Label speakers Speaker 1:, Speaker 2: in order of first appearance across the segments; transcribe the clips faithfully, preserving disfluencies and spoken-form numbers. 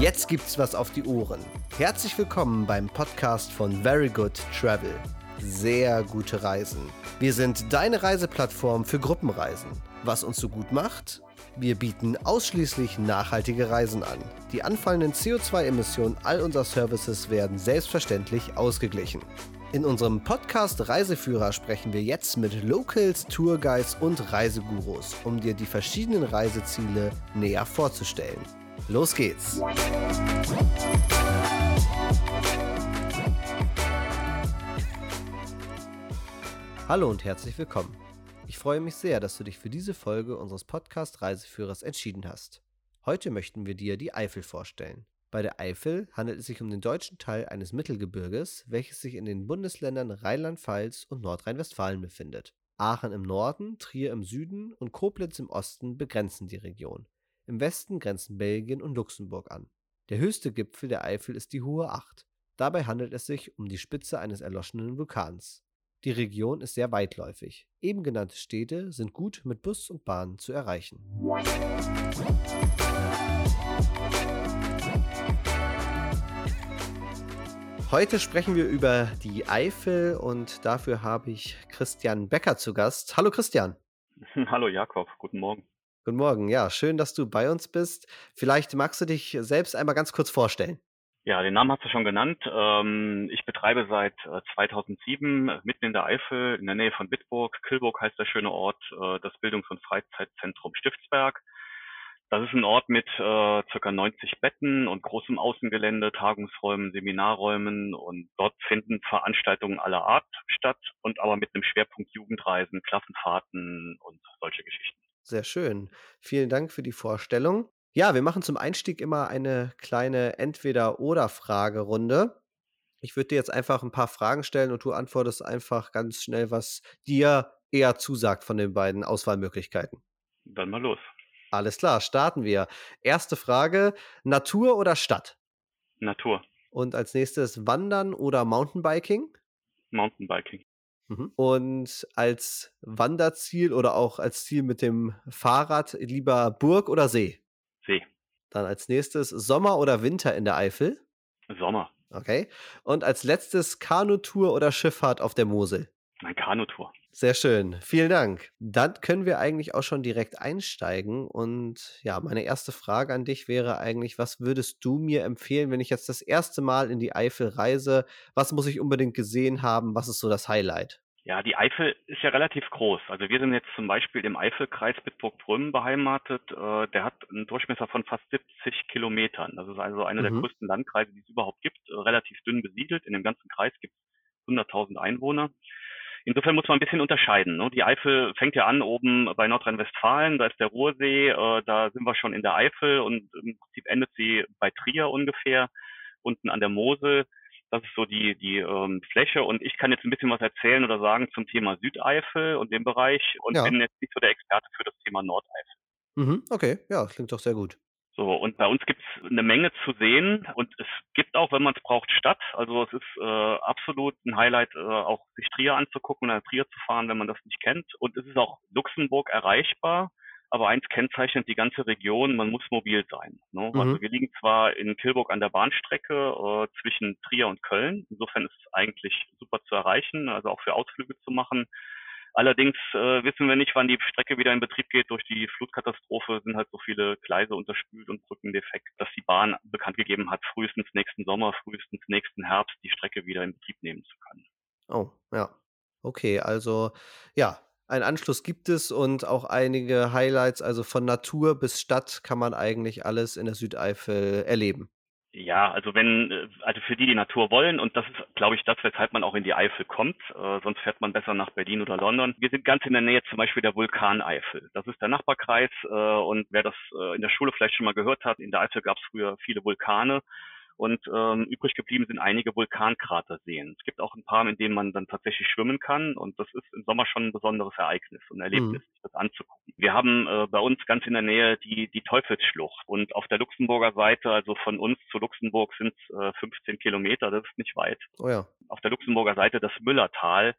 Speaker 1: Jetzt gibt's was auf die Ohren. Herzlich willkommen beim Podcast von Very Good Travel. Sehr gute Reisen. Wir sind deine Reiseplattform für Gruppenreisen. Was uns so gut macht? Wir bieten ausschließlich nachhaltige Reisen an. Die anfallenden C O zwei Emissionen all unserer Services werden selbstverständlich ausgeglichen. In unserem Podcast Reiseführer sprechen wir jetzt mit Locals, Tourguides und Reisegurus, um dir die verschiedenen Reiseziele näher vorzustellen. Los geht's! Hallo und herzlich willkommen. Ich freue mich sehr, dass du dich für diese Folge unseres Podcast Reiseführers entschieden hast. Heute möchten wir dir die Eifel vorstellen. Bei der Eifel handelt es sich um den deutschen Teil eines Mittelgebirges, welches sich in den Bundesländern Rheinland-Pfalz und Nordrhein-Westfalen befindet. Aachen im Norden, Trier im Süden und Koblenz im Osten begrenzen die Region. Im Westen grenzen Belgien und Luxemburg an. Der höchste Gipfel der Eifel ist die Hohe Acht. Dabei handelt es sich um die Spitze eines erloschenen Vulkans. Die Region ist sehr weitläufig. Eben genannte Städte sind gut mit Bus und Bahn zu erreichen. Heute sprechen wir über die Eifel und dafür habe ich Christian Becker zu Gast. Hallo Christian.
Speaker 2: Hallo Jakob, guten Morgen.
Speaker 1: Guten Morgen, ja, schön, dass du bei uns bist. Vielleicht magst du dich selbst einmal ganz kurz vorstellen.
Speaker 2: Ja, den Namen hast du schon genannt. Ähm, ich betreibe seit äh, zweitausendsieben mitten in der Eifel, in der Nähe von Bitburg, Kilburg heißt der schöne Ort, äh, das Bildungs- und Freizeitzentrum Stiftsberg. Das ist ein Ort mit äh, ca. neunzig Betten und großem Außengelände, Tagungsräumen, Seminarräumen, und dort finden Veranstaltungen aller Art statt und aber mit einem Schwerpunkt Jugendreisen, Klassenfahrten und solche Geschichten.
Speaker 1: Sehr schön. Vielen Dank für die Vorstellung. Ja, wir machen zum Einstieg immer eine kleine Entweder-oder-Fragerunde. Ich würde dir jetzt einfach ein paar Fragen stellen und du antwortest einfach ganz schnell, was dir eher zusagt von den beiden Auswahlmöglichkeiten.
Speaker 2: Dann mal los.
Speaker 1: Alles klar, starten wir. Erste Frage: Natur oder Stadt?
Speaker 2: Natur,
Speaker 1: Und als nächstes Wandern oder Mountainbiking?
Speaker 2: Mountainbiking,
Speaker 1: Mhm. Und als Wanderziel oder auch als Ziel mit dem Fahrrad lieber Burg oder See?
Speaker 2: See,
Speaker 1: Dann als nächstes Sommer oder Winter in der Eifel?
Speaker 2: Sommer,
Speaker 1: Okay. Und als letztes Kanutour oder Schifffahrt auf der Mosel?
Speaker 2: ein Kanutour.
Speaker 1: Sehr schön, vielen Dank. Dann können wir eigentlich auch schon direkt einsteigen. Und ja, meine erste Frage an dich wäre eigentlich, was würdest du mir empfehlen, wenn ich jetzt das erste Mal in die Eifel reise? Was muss ich unbedingt gesehen haben? Was ist so das Highlight?
Speaker 2: Ja, die Eifel ist ja relativ groß. Also wir sind jetzt zum Beispiel im Eifelkreis Bitburg-Prüm beheimatet. Äh, der hat einen Durchmesser von fast siebzig Kilometern. Das ist also einer der
Speaker 1: Mhm.
Speaker 2: größten Landkreise, die es überhaupt gibt. Äh, relativ dünn besiedelt. In dem ganzen Kreis gibt es hunderttausend Einwohner. Insofern muss man ein bisschen unterscheiden. Ne? Die Eifel fängt ja an oben bei Nordrhein-Westfalen. Da ist der Ruhrsee. Äh, da sind wir schon in der Eifel und im Prinzip endet sie bei Trier ungefähr, unten an der Mosel. Das ist so die, die ähm, Fläche, und ich kann jetzt ein bisschen was erzählen oder sagen zum Thema Südeifel und dem Bereich und
Speaker 1: Ja.
Speaker 2: bin jetzt nicht so der Experte für das Thema Nordeifel.
Speaker 1: Mhm. Okay, ja, klingt doch sehr gut.
Speaker 2: So, und bei uns gibt's eine Menge zu sehen, und es gibt auch, wenn man es braucht, Stadt. Also es ist äh, absolut ein Highlight, äh, auch sich Trier anzugucken oder nach Trier zu fahren, wenn man das nicht kennt. Und es ist auch Luxemburg erreichbar. Aber eins kennzeichnet die ganze Region: man muss mobil sein. Ne?
Speaker 1: Mhm.
Speaker 2: Also wir liegen zwar in Kilburg an der Bahnstrecke äh, zwischen Trier und Köln. Insofern ist es eigentlich super zu erreichen, also auch für Ausflüge zu machen. Allerdings äh, wissen wir nicht, wann die Strecke wieder in Betrieb geht. Durch die Flutkatastrophe sind halt so viele Gleise unterspült und Brücken defekt, dass die Bahn bekannt gegeben hat, frühestens nächsten Sommer, frühestens nächsten Herbst die Strecke wieder in Betrieb nehmen zu können.
Speaker 1: Oh, ja. Okay, also ja, einen Anschluss gibt es und auch einige Highlights, also von Natur bis Stadt kann man eigentlich alles in der Südeifel erleben.
Speaker 2: Ja, also wenn, äh, also für die, die Natur wollen, und das ist, glaube ich, das, weshalb man auch in die Eifel kommt, äh, sonst fährt man besser nach Berlin oder London. Wir sind ganz in der Nähe zum Beispiel der Vulkaneifel. Das ist der Nachbarkreis, äh, und wer das äh, in der Schule vielleicht schon mal gehört hat, in der Eifel gab es früher viele Vulkane. Und ähm, übrig geblieben sind einige Vulkankraterseen. Es gibt auch ein paar, in denen man dann tatsächlich schwimmen kann. Und das ist im Sommer schon ein besonderes Ereignis und Erlebnis,
Speaker 1: Mhm.
Speaker 2: sich das anzugucken. Wir haben äh, bei uns ganz in der Nähe die, die Teufelsschlucht. Und auf der Luxemburger Seite, also von uns zu Luxemburg, sind es äh, fünfzehn Kilometer. Das ist nicht weit.
Speaker 1: Oh ja.
Speaker 2: Auf der Luxemburger Seite das Müllertal.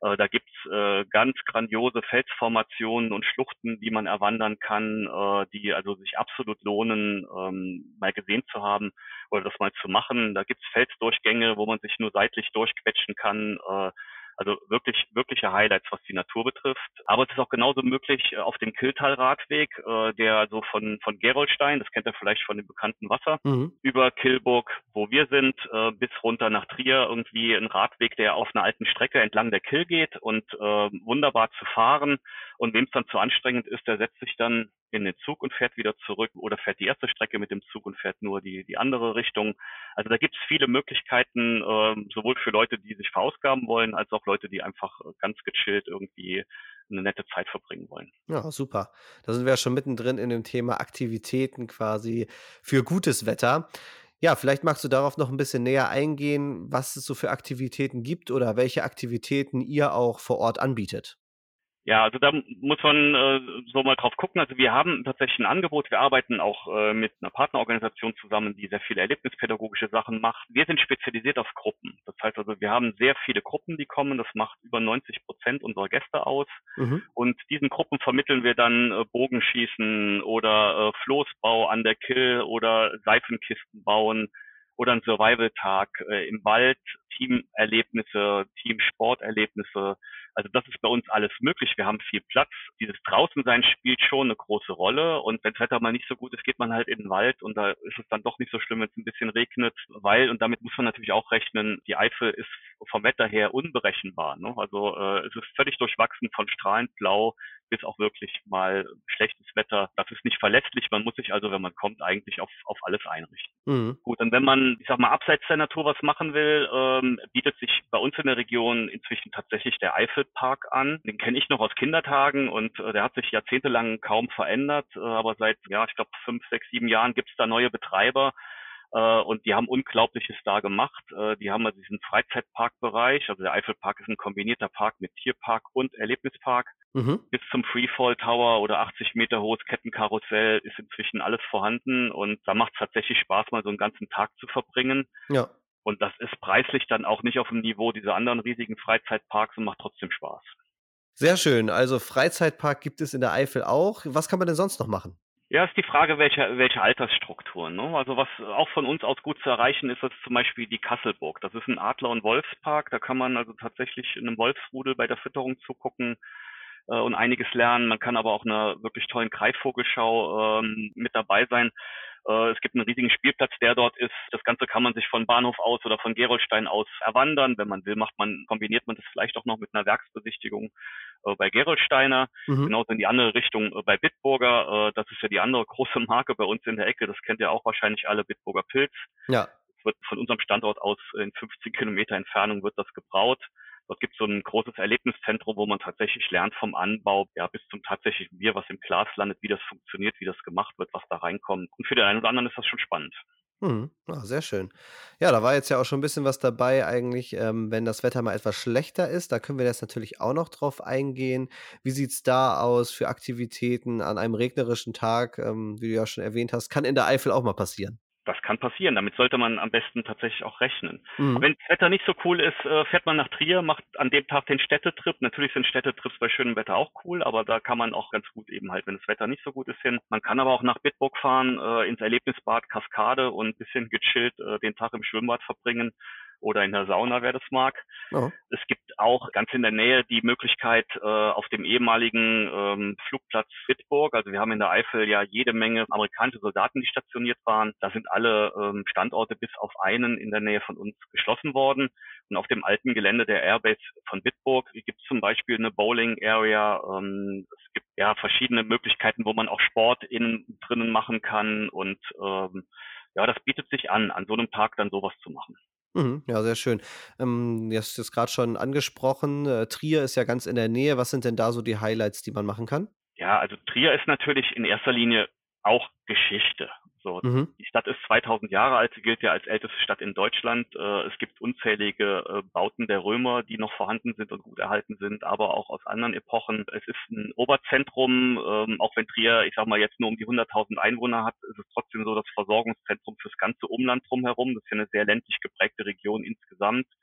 Speaker 2: Äh, da gibt's äh, ganz grandiose Felsformationen und Schluchten, die man erwandern kann, äh, die also sich absolut lohnen, ähm, mal gesehen zu haben oder das mal zu machen. Da gibt's Felsdurchgänge, wo man sich nur seitlich durchquetschen kann. Äh, also wirklich, wirkliche Highlights, was die Natur betrifft. Aber es ist auch genauso möglich äh, auf dem Kylltal-Radweg, äh, der also von, von Gerolstein, das kennt ihr vielleicht von dem bekannten Wasser,
Speaker 1: Mhm.
Speaker 2: über Kilburg, wo wir sind, äh, bis runter nach Trier, irgendwie ein Radweg, der auf einer alten Strecke entlang der Kyll geht und äh, wunderbar zu fahren. Und wem es dann zu anstrengend ist, der setzt sich dann in den Zug und fährt wieder zurück oder fährt die erste Strecke mit dem Zug und fährt nur die, die andere Richtung. Also da gibt es viele Möglichkeiten, äh, sowohl für Leute, die sich verausgaben wollen, als auch Leute, die einfach äh, ganz gechillt irgendwie eine nette Zeit verbringen wollen.
Speaker 1: Ja, super. Da sind wir ja schon mittendrin in dem Thema Aktivitäten quasi für gutes Wetter. Ja, vielleicht magst du darauf noch ein bisschen näher eingehen, was es so für Aktivitäten gibt oder welche Aktivitäten ihr auch vor Ort anbietet.
Speaker 2: Ja, also da muss man äh, so mal drauf gucken. Also wir haben tatsächlich ein Angebot. Wir arbeiten auch äh, mit einer Partnerorganisation zusammen, die sehr viele erlebnispädagogische Sachen macht. Wir sind spezialisiert auf Gruppen. Das heißt also, wir haben sehr viele Gruppen, die kommen. Das macht über neunzig Prozent unserer Gäste aus.
Speaker 1: Mhm.
Speaker 2: Und diesen Gruppen vermitteln wir dann äh, Bogenschießen oder äh, Floßbau an der Kyll oder Seifenkisten bauen oder einen Survival-Tag äh, im Wald, Teamerlebnisse, Teamsporterlebnisse. Also das ist bei uns alles möglich. Wir haben viel Platz. Dieses Draußensein spielt schon eine große Rolle. Und wenn das Wetter mal nicht so gut ist, geht man halt in den Wald und da ist es dann doch nicht so schlimm, wenn es ein bisschen regnet, weil, und damit muss man natürlich auch rechnen, die Eifel ist vom Wetter her unberechenbar. Ne? Also äh, es ist völlig durchwachsen von strahlend blau bis auch wirklich mal schlechtes Wetter. Das ist nicht verlässlich. Man muss sich also, wenn man kommt, eigentlich auf, auf alles einrichten.
Speaker 1: Mhm.
Speaker 2: Gut, und wenn man, ich sag mal, abseits der Natur was machen will, ähm, bietet sich bei uns in der Region inzwischen tatsächlich der Eifelpark an. Den kenne ich noch aus Kindertagen und äh, der hat sich jahrzehntelang kaum verändert, äh, aber seit, ja, ich glaube, fünf, sechs, sieben Jahren gibt es da neue Betreiber. Äh, und die haben Unglaubliches da gemacht. Äh, die haben also diesen Freizeitparkbereich, also der Eifelpark ist ein kombinierter Park mit Tierpark und Erlebnispark.
Speaker 1: Mhm.
Speaker 2: Bis zum Freefall Tower oder achtzig Meter hohes Kettenkarussell ist inzwischen alles vorhanden und da macht es tatsächlich Spaß, mal so einen ganzen Tag zu verbringen.
Speaker 1: Ja.
Speaker 2: Und das ist preislich dann auch nicht auf dem Niveau dieser anderen riesigen Freizeitparks und macht trotzdem Spaß.
Speaker 1: Sehr schön. Also Freizeitpark gibt es in der Eifel auch. Was kann man denn sonst noch machen?
Speaker 2: Ja, ist die Frage, welche, welche Altersstrukturen. Ne? Also was auch von uns aus gut zu erreichen ist, ist zum Beispiel die Kasselburg. Das ist ein Adler- und Wolfspark. Da kann man also tatsächlich in einem Wolfsrudel bei der Fütterung zugucken äh, und einiges lernen. Man kann aber auch einer wirklich tollen Greifvogelschau ähm, mit dabei sein. Äh, es gibt einen riesigen Spielplatz, der dort ist. Das Ganze kann man sich von Bahnhof aus oder von Gerolstein aus erwandern. Wenn man will, macht man, kombiniert man das vielleicht auch noch mit einer Werksbesichtigung äh, bei Gerolsteiner.
Speaker 1: Mhm.
Speaker 2: Genauso in die andere Richtung äh, bei Bitburger. Äh, das ist ja die andere große Marke bei uns in der Ecke. Das kennt ihr auch wahrscheinlich alle, Bitburger Pilz.
Speaker 1: Ja.
Speaker 2: Es wird von unserem Standort aus in fünfzehn Kilometer Entfernung wird das gebraut. Dort gibt es so ein großes Erlebniszentrum, wo man tatsächlich lernt vom Anbau ja bis zum tatsächlichen Bier, was im Glas landet, wie das funktioniert, wie das gemacht wird, was da reinkommt. Und für den einen oder anderen ist das schon spannend.
Speaker 1: Mhm. Ah, sehr schön. Ja, da war jetzt ja auch schon ein bisschen was dabei eigentlich, ähm, wenn das Wetter mal etwas schlechter ist, da können wir jetzt natürlich auch noch drauf eingehen. Wie sieht's da aus für Aktivitäten an einem regnerischen Tag? Ähm, wie du ja schon erwähnt hast, kann in der Eifel auch mal passieren.
Speaker 2: Das kann passieren. Damit sollte man am besten tatsächlich auch rechnen.
Speaker 1: Mhm.
Speaker 2: Wenn das Wetter nicht so cool ist, äh, fährt man nach Trier, macht an dem Tag den Städtetrip. Natürlich sind Städtetrips bei schönem Wetter auch cool, aber da kann man auch ganz gut eben halt, wenn das Wetter nicht so gut ist, hin. Man kann aber auch nach Bitburg fahren, äh, ins Erlebnisbad Kaskade und ein bisschen gechillt äh, den Tag im Schwimmbad verbringen oder in der Sauna, wer das mag.
Speaker 1: Ja.
Speaker 2: Es gibt auch ganz in der Nähe die Möglichkeit äh, auf dem ehemaligen ähm, Flugplatz Bitburg. Also wir haben in der Eifel ja jede Menge amerikanische Soldaten, die stationiert waren. Da sind alle ähm, Standorte bis auf einen in der Nähe von uns geschlossen worden. Und auf dem alten Gelände der Airbase von Bitburg gibt es zum Beispiel eine Bowling Area. Ähm, es gibt ja verschiedene Möglichkeiten, wo man auch Sport innen drinnen machen kann. Und ähm, ja, das bietet sich an, an so einem Tag dann sowas zu machen.
Speaker 1: Mhm. Ja, sehr schön. Ähm, du hast es grad schon angesprochen, äh, Trier ist ja ganz in der Nähe. Was sind denn da so die Highlights, die man machen kann?
Speaker 2: Ja, also Trier ist natürlich in erster Linie auch Geschichte. So,
Speaker 1: Mhm.
Speaker 2: die Stadt ist zweitausend Jahre alt, sie gilt ja als älteste Stadt in Deutschland. Äh, es gibt unzählige äh, Bauten der Römer, die noch vorhanden sind und gut erhalten sind, aber auch aus anderen Epochen. Es ist ein Oberzentrum, ähm, auch wenn Trier, ich sag mal, jetzt nur um die hunderttausend Einwohner hat, ist es trotzdem so das Versorgungszentrum fürs ganze Umland drumherum. Das ist ja eine sehr ländlich geprägte Region insgesamt.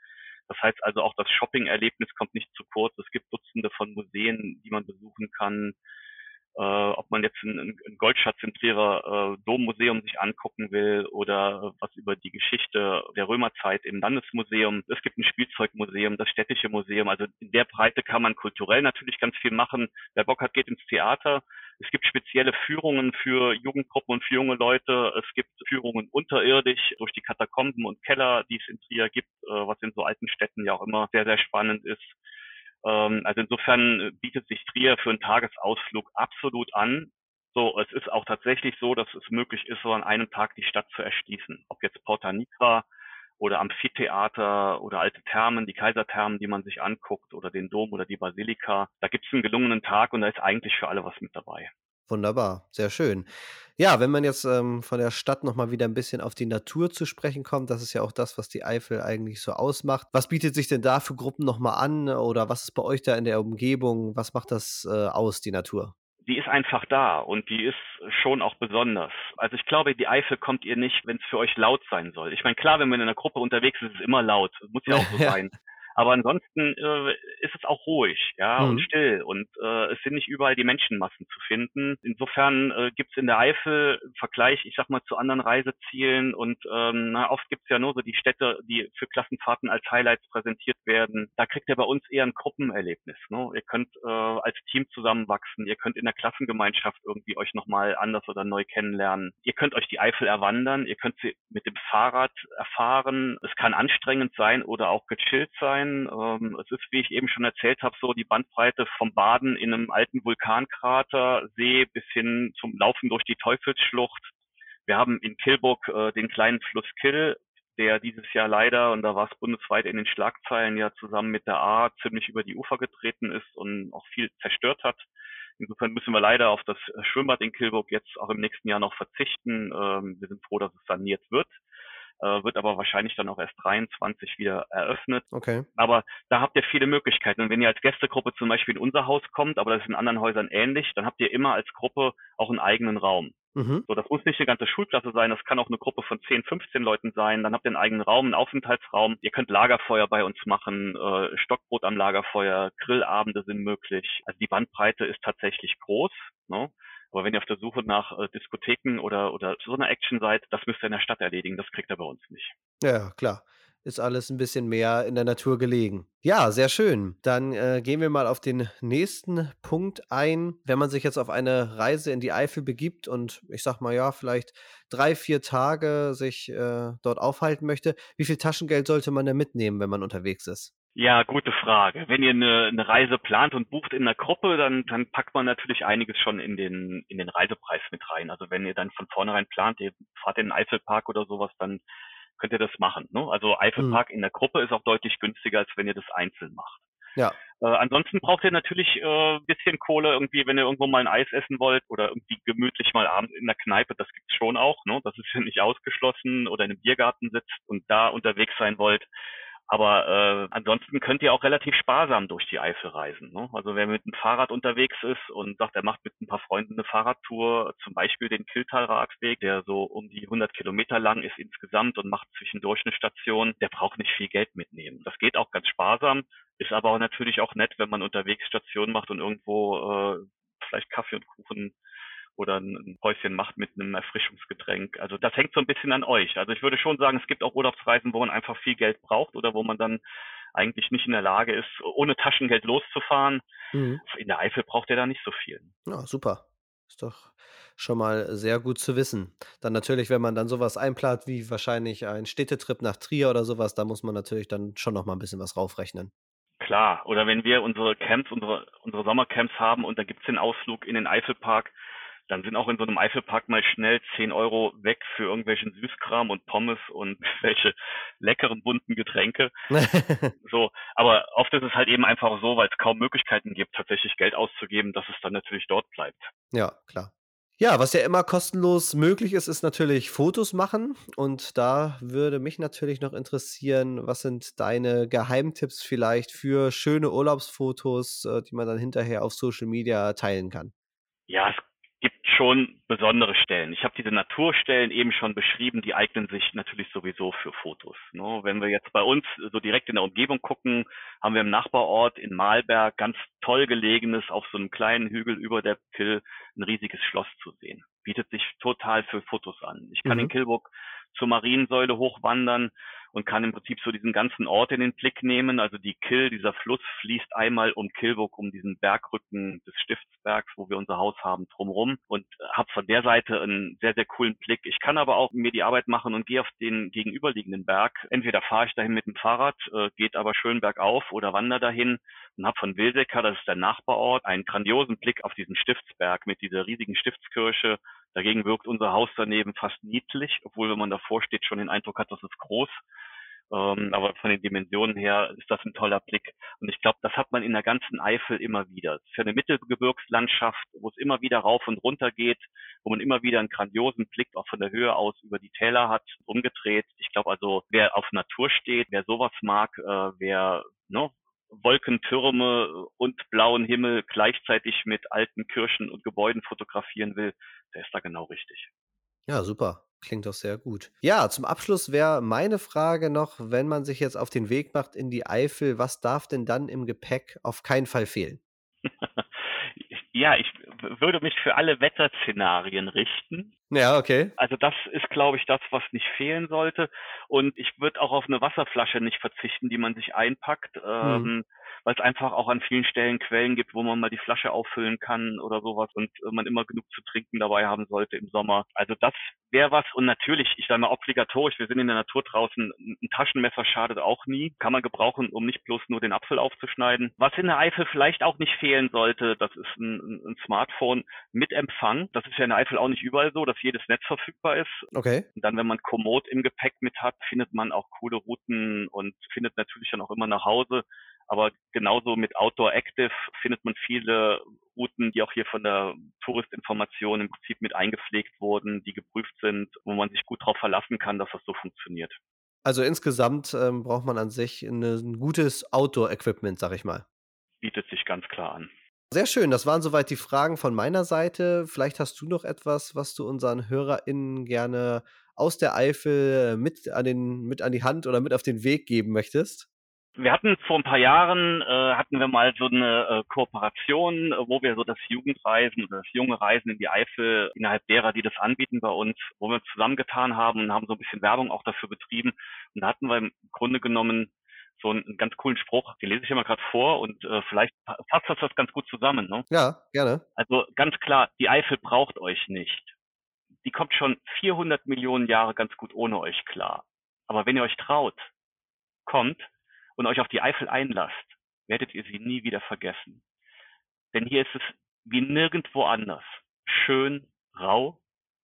Speaker 2: Das heißt also auch das Shopping-Erlebnis kommt nicht zu kurz. Es gibt Dutzende von Museen, die man besuchen kann. Äh, ob man jetzt einen, einen Goldschatz im Trierer äh, Dommuseum sich angucken will oder was über die Geschichte der Römerzeit im Landesmuseum. Es gibt ein Spielzeugmuseum, das städtische Museum. Also in der Breite kann man kulturell natürlich ganz viel machen. Wer Bock hat, geht ins Theater. Es gibt spezielle Führungen für Jugendgruppen und für junge Leute. Es gibt Führungen unterirdisch durch die Katakomben und Keller, die es in Trier gibt, äh, was in so alten Städten ja auch immer sehr, sehr spannend ist. Also insofern bietet sich Trier für einen Tagesausflug absolut an. So, es ist auch tatsächlich so, dass es möglich ist, so an einem Tag die Stadt zu erschließen. Ob jetzt Porta Nigra oder Amphitheater oder alte Thermen, die Kaiserthermen, die man sich anguckt, oder den Dom oder die Basilika. Da gibt es einen gelungenen Tag und da ist eigentlich für alle was mit dabei.
Speaker 1: Wunderbar, sehr schön. Ja, wenn man jetzt ähm, von der Stadt noch mal wieder ein bisschen auf die Natur zu sprechen kommt, das ist ja auch das, was die Eifel eigentlich so ausmacht. Was bietet sich denn da für Gruppen noch mal an oder was ist bei euch da in der Umgebung? Was macht das äh, aus, die Natur?
Speaker 2: Die ist einfach da und die ist schon auch besonders. Also ich glaube, die Eifel kommt ihr nicht, wenn es für euch laut sein soll. Ich meine, klar, wenn man in einer Gruppe unterwegs ist, ist es immer laut. Muss ja auch so
Speaker 1: Ja.
Speaker 2: sein. Aber ansonsten äh, ist es auch ruhig, ja, und
Speaker 1: Mhm.
Speaker 2: still. Und äh, es sind nicht überall die Menschenmassen zu finden. Insofern äh, gibt es in der Eifel im Vergleich, ich sag mal, zu anderen Reisezielen und ähm, na, oft gibt es ja nur so die Städte, die für Klassenfahrten als Highlights präsentiert werden. Da kriegt ihr bei uns eher ein Gruppenerlebnis. Ne? Ihr könnt äh, als Team zusammenwachsen, ihr könnt in der Klassengemeinschaft irgendwie euch nochmal anders oder neu kennenlernen. Ihr könnt euch die Eifel erwandern, ihr könnt sie mit dem Fahrrad erfahren. Es kann anstrengend sein oder auch gechillt sein. Ähm, es ist, wie ich eben schon erzählt habe, so die Bandbreite vom Baden in einem alten Vulkankrater, See bis hin zum Laufen durch die Teufelsschlucht. Wir haben in Kilburg äh, den kleinen Fluss Kill, der dieses Jahr leider, und da war es bundesweit in den Schlagzeilen ja zusammen mit der A, ziemlich über die Ufer getreten ist und auch viel zerstört hat. Insofern müssen wir leider auf das Schwimmbad in Kilburg jetzt auch im nächsten Jahr noch verzichten. Ähm, wir sind froh, dass es saniert wird. Äh, wird aber wahrscheinlich dann auch erst dreiundzwanzig wieder eröffnet.
Speaker 1: Okay.
Speaker 2: Aber da habt ihr viele Möglichkeiten. Und wenn ihr als Gästegruppe zum Beispiel in unser Haus kommt, aber das ist in anderen Häusern ähnlich, dann habt ihr immer als Gruppe auch einen eigenen Raum.
Speaker 1: Mhm.
Speaker 2: So, das muss nicht eine ganze Schulklasse sein, das kann auch eine Gruppe von zehn, fünfzehn Leuten sein. Dann habt ihr einen eigenen Raum, einen Aufenthaltsraum. Ihr könnt Lagerfeuer bei uns machen, äh, Stockbrot am Lagerfeuer, Grillabende sind möglich. Also die Bandbreite ist tatsächlich groß, ne? Aber wenn ihr auf der Suche nach äh, Diskotheken oder oder so einer Action seid, das müsst ihr in der Stadt erledigen. Das kriegt ihr bei uns nicht.
Speaker 1: Ja, ja, klar. Ist alles ein bisschen mehr in der Natur gelegen. Ja, sehr schön. Dann, äh, gehen wir mal auf den nächsten Punkt ein. Wenn man sich jetzt auf eine Reise in die Eifel begibt und ich sage mal, ja, vielleicht drei, vier Tage sich, äh, dort aufhalten möchte, wie viel Taschengeld sollte man denn mitnehmen, wenn man unterwegs ist?
Speaker 2: Ja, gute Frage. Wenn ihr eine, eine Reise plant und bucht in einer Gruppe, dann, dann packt man natürlich einiges schon in den, in den Reisepreis mit rein. Also wenn ihr dann von vornherein plant, ihr fahrt in den Eifelpark oder sowas, dann könnt ihr das machen. Ne? Also
Speaker 1: Mhm.
Speaker 2: Eifelpark in der Gruppe ist auch deutlich günstiger, als wenn ihr das einzeln macht.
Speaker 1: Ja.
Speaker 2: Äh, ansonsten braucht ihr natürlich äh, bisschen Kohle irgendwie, wenn ihr irgendwo mal ein Eis essen wollt oder irgendwie gemütlich mal abends in der Kneipe, das gibt's schon auch, ne? Das ist ja nicht ausgeschlossen, oder in einem Biergarten sitzt und da unterwegs sein wollt. Aber äh, ansonsten könnt ihr auch relativ sparsam durch die Eifel reisen. Ne? Also wer mit dem Fahrrad unterwegs ist und sagt, er macht mit ein paar Freunden eine Fahrradtour, zum Beispiel den Kylltal-Radweg, der so um die hundert Kilometer lang ist insgesamt und macht zwischendurch eine Station, der braucht nicht viel Geld mitnehmen. Das geht auch ganz sparsam, ist aber auch natürlich auch nett, wenn man unterwegs Stationen macht und irgendwo äh, vielleicht Kaffee und Kuchen oder ein Päuschen macht mit einem Erfrischungsgetränk. Also das hängt so ein bisschen an euch. Also ich würde schon sagen, es gibt auch Urlaubsreisen, wo man einfach viel Geld braucht oder wo man dann eigentlich nicht in der Lage ist, ohne Taschengeld loszufahren.
Speaker 1: Mhm.
Speaker 2: In der Eifel braucht ihr da nicht so viel.
Speaker 1: Ja, super. Ist doch schon mal sehr gut zu wissen. Dann natürlich, wenn man dann sowas einplant wie wahrscheinlich ein Städtetrip nach Trier oder sowas, da muss man natürlich dann schon noch mal 'n bisschen was raufrechnen.
Speaker 2: Klar, oder wenn wir unsere Camps, unsere, unsere Sommercamps haben und da gibt's den Ausflug in den Eifelpark, dann sind auch in so einem Eifelpark mal schnell zehn Euro weg für irgendwelchen Süßkram und Pommes und welche leckeren bunten Getränke. So, aber oft ist es halt eben einfach so, weil es kaum Möglichkeiten gibt, tatsächlich Geld auszugeben, dass es dann natürlich dort bleibt.
Speaker 1: Ja, klar. Ja, was ja immer kostenlos möglich ist, ist natürlich Fotos machen. Und da würde mich natürlich noch interessieren, was sind deine Geheimtipps vielleicht für schöne Urlaubsfotos, äh, die man dann hinterher auf Social Media teilen kann?
Speaker 2: Ja, es gibt schon besondere Stellen. Ich habe diese Naturstellen eben schon beschrieben, die eignen sich natürlich sowieso für Fotos. Ne? Wenn wir jetzt bei uns so direkt in der Umgebung gucken, haben wir im Nachbarort in Mahlberg ganz toll gelegenes, auf so einem kleinen Hügel über der Kyll ein riesiges Schloss zu sehen. Bietet sich total für Fotos an. Ich kann
Speaker 1: Mhm.
Speaker 2: in Killburg zur Mariensäule hochwandern und kann im Prinzip so diesen ganzen Ort in den Blick nehmen. Also die Kyll, dieser Fluss, fließt einmal um Killburg, um diesen Bergrücken des Stiftsbergs, wo wir unser Haus haben, drumherum und habe von der Seite einen sehr, sehr coolen Blick. Ich kann aber auch mir die Arbeit machen und gehe auf den gegenüberliegenden Berg. Entweder fahre ich dahin mit dem Fahrrad, äh, geht aber schön bergauf oder wandere dahin und habe von Wilsecker, das ist der Nachbarort, einen grandiosen Blick auf diesen Stiftsberg mit dieser riesigen Stiftskirche. Dagegen wirkt unser Haus daneben fast niedlich, obwohl, wenn man davor steht, schon den Eindruck hat, das ist groß. Ähm, aber von den Dimensionen her ist das ein toller Blick. Und ich glaube, das hat man in der ganzen Eifel immer wieder. Es ist ja eine Mittelgebirgslandschaft, wo es immer wieder rauf und runter geht, wo man immer wieder einen grandiosen Blick auch von der Höhe aus über die Täler hat, umgedreht. Ich glaube also, wer auf Natur steht, wer sowas mag, äh, wer ne, Wolkentürme und blauen Himmel gleichzeitig mit alten Kirchen und Gebäuden fotografieren will, der ist da genau richtig.
Speaker 1: Ja, super. Klingt doch sehr gut. Ja, zum Abschluss wäre meine Frage noch, wenn man sich jetzt auf den Weg macht in die Eifel, was darf denn dann im Gepäck auf keinen Fall fehlen?
Speaker 2: Ja, ich w- würde mich für alle Wetterszenarien richten.
Speaker 1: Ja, okay.
Speaker 2: Also das ist, glaube ich, das, was nicht fehlen sollte. Und ich würde auch auf eine Wasserflasche nicht verzichten, die man sich einpackt,
Speaker 1: Mhm.
Speaker 2: ähm, weil es einfach auch an vielen Stellen Quellen gibt, wo man mal die Flasche auffüllen kann oder sowas und äh, man immer genug zu trinken dabei haben sollte im Sommer. Also das wäre was. Und natürlich, ich sage mal obligatorisch, wir sind in der Natur draußen, ein ein Taschenmesser schadet auch nie. Kann man gebrauchen, um nicht bloß nur den Apfel aufzuschneiden. Was in der Eifel vielleicht auch nicht fehlen sollte, das ist ein, ein ein Smartphone mit Empfang. Das ist ja in der Eifel auch nicht überall so, dass jedes Netz verfügbar ist.
Speaker 1: Okay.
Speaker 2: Und dann, wenn man Komoot im Gepäck mit hat, findet man auch coole Routen und findet natürlich dann auch immer nach Hause. Aber genauso mit Outdoor Active findet man viele Routen, die auch hier von der Touristinformation im Prinzip mit eingepflegt wurden, die geprüft sind, wo man sich gut darauf verlassen kann, dass das so funktioniert.
Speaker 1: Also insgesamt ähm, braucht man an sich 'ne 'n gutes Outdoor-Equipment, sag ich mal.
Speaker 2: Bietet sich ganz klar an.
Speaker 1: Sehr schön, das waren soweit die Fragen von meiner Seite. Vielleicht hast du noch etwas, was du unseren HörerInnen gerne aus der Eifel mit an den mit an die Hand oder mit auf den Weg geben möchtest?
Speaker 2: Wir hatten vor ein paar Jahren, äh, hatten wir mal so eine äh, Kooperation, äh, wo wir so das Jugendreisen oder das junge Reisen in die Eifel innerhalb derer, die das anbieten bei uns, wo wir uns zusammengetan haben und haben so ein bisschen Werbung auch dafür betrieben. Und da hatten wir im Grunde genommen so einen, einen ganz coolen Spruch, den lese ich ja mal gerade vor und äh, vielleicht pa- fasst das das ganz gut zusammen. Ne?
Speaker 1: Ja, gerne.
Speaker 2: Also ganz klar, die Eifel braucht euch nicht. Die kommt schon vierhundert Millionen Jahre ganz gut ohne euch klar. Aber wenn ihr euch traut, kommt und euch auf die Eifel einlasst, werdet ihr sie nie wieder vergessen. Denn hier ist es wie nirgendwo anders. Schön, rau,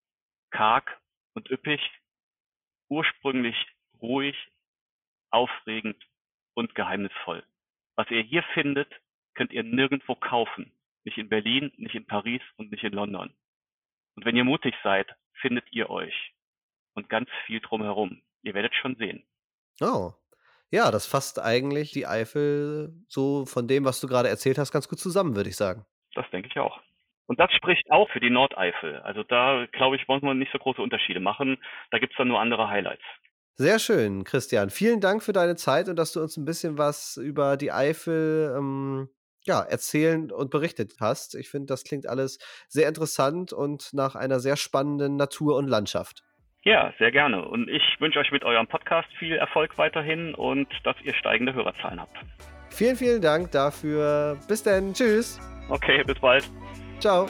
Speaker 2: karg und üppig, ursprünglich ruhig, aufregend und geheimnisvoll. Was ihr hier findet, könnt ihr nirgendwo kaufen. Nicht in Berlin, nicht in Paris und nicht in London. Und wenn ihr mutig seid, findet ihr euch. Und ganz viel drumherum. Ihr werdet schon sehen.
Speaker 1: Oh. Ja, das fasst eigentlich die Eifel so von dem, was du gerade erzählt hast, ganz gut zusammen, würde ich sagen.
Speaker 2: Das denke ich auch. Und das spricht auch für die Nordeifel. Also da, glaube ich, muss man nicht so große Unterschiede machen. Da gibt's dann nur andere Highlights.
Speaker 1: Sehr schön, Christian. Vielen Dank für deine Zeit und dass du uns ein bisschen was über die Eifel, ähm, ja, erzählen und berichtet hast. Ich finde, das klingt alles sehr interessant und nach einer sehr spannenden Natur und Landschaft.
Speaker 2: Ja, sehr gerne. Und ich wünsche euch mit eurem Podcast viel Erfolg weiterhin und dass ihr steigende Hörerzahlen habt.
Speaker 1: Vielen, vielen Dank dafür. Bis dann. Tschüss.
Speaker 2: Okay, bis bald.
Speaker 1: Ciao.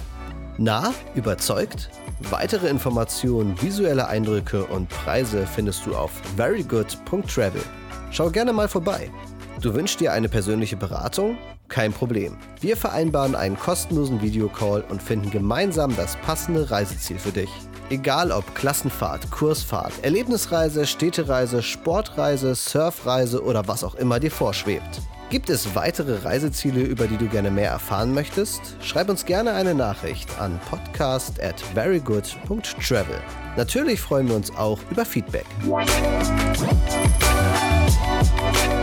Speaker 1: Na, überzeugt? Weitere Informationen, visuelle Eindrücke und Preise findest du auf verygood punkt travel. Schau gerne mal vorbei. Du wünschst dir eine persönliche Beratung? Kein Problem. Wir vereinbaren einen kostenlosen Videocall und finden gemeinsam das passende Reiseziel für dich. Egal ob Klassenfahrt, Kursfahrt, Erlebnisreise, Städtereise, Sportreise, Surfreise oder was auch immer dir vorschwebt. Gibt es weitere Reiseziele, über die du gerne mehr erfahren möchtest? Schreib uns gerne eine Nachricht an podcast at verygood punkt travel. Natürlich freuen wir uns auch über Feedback.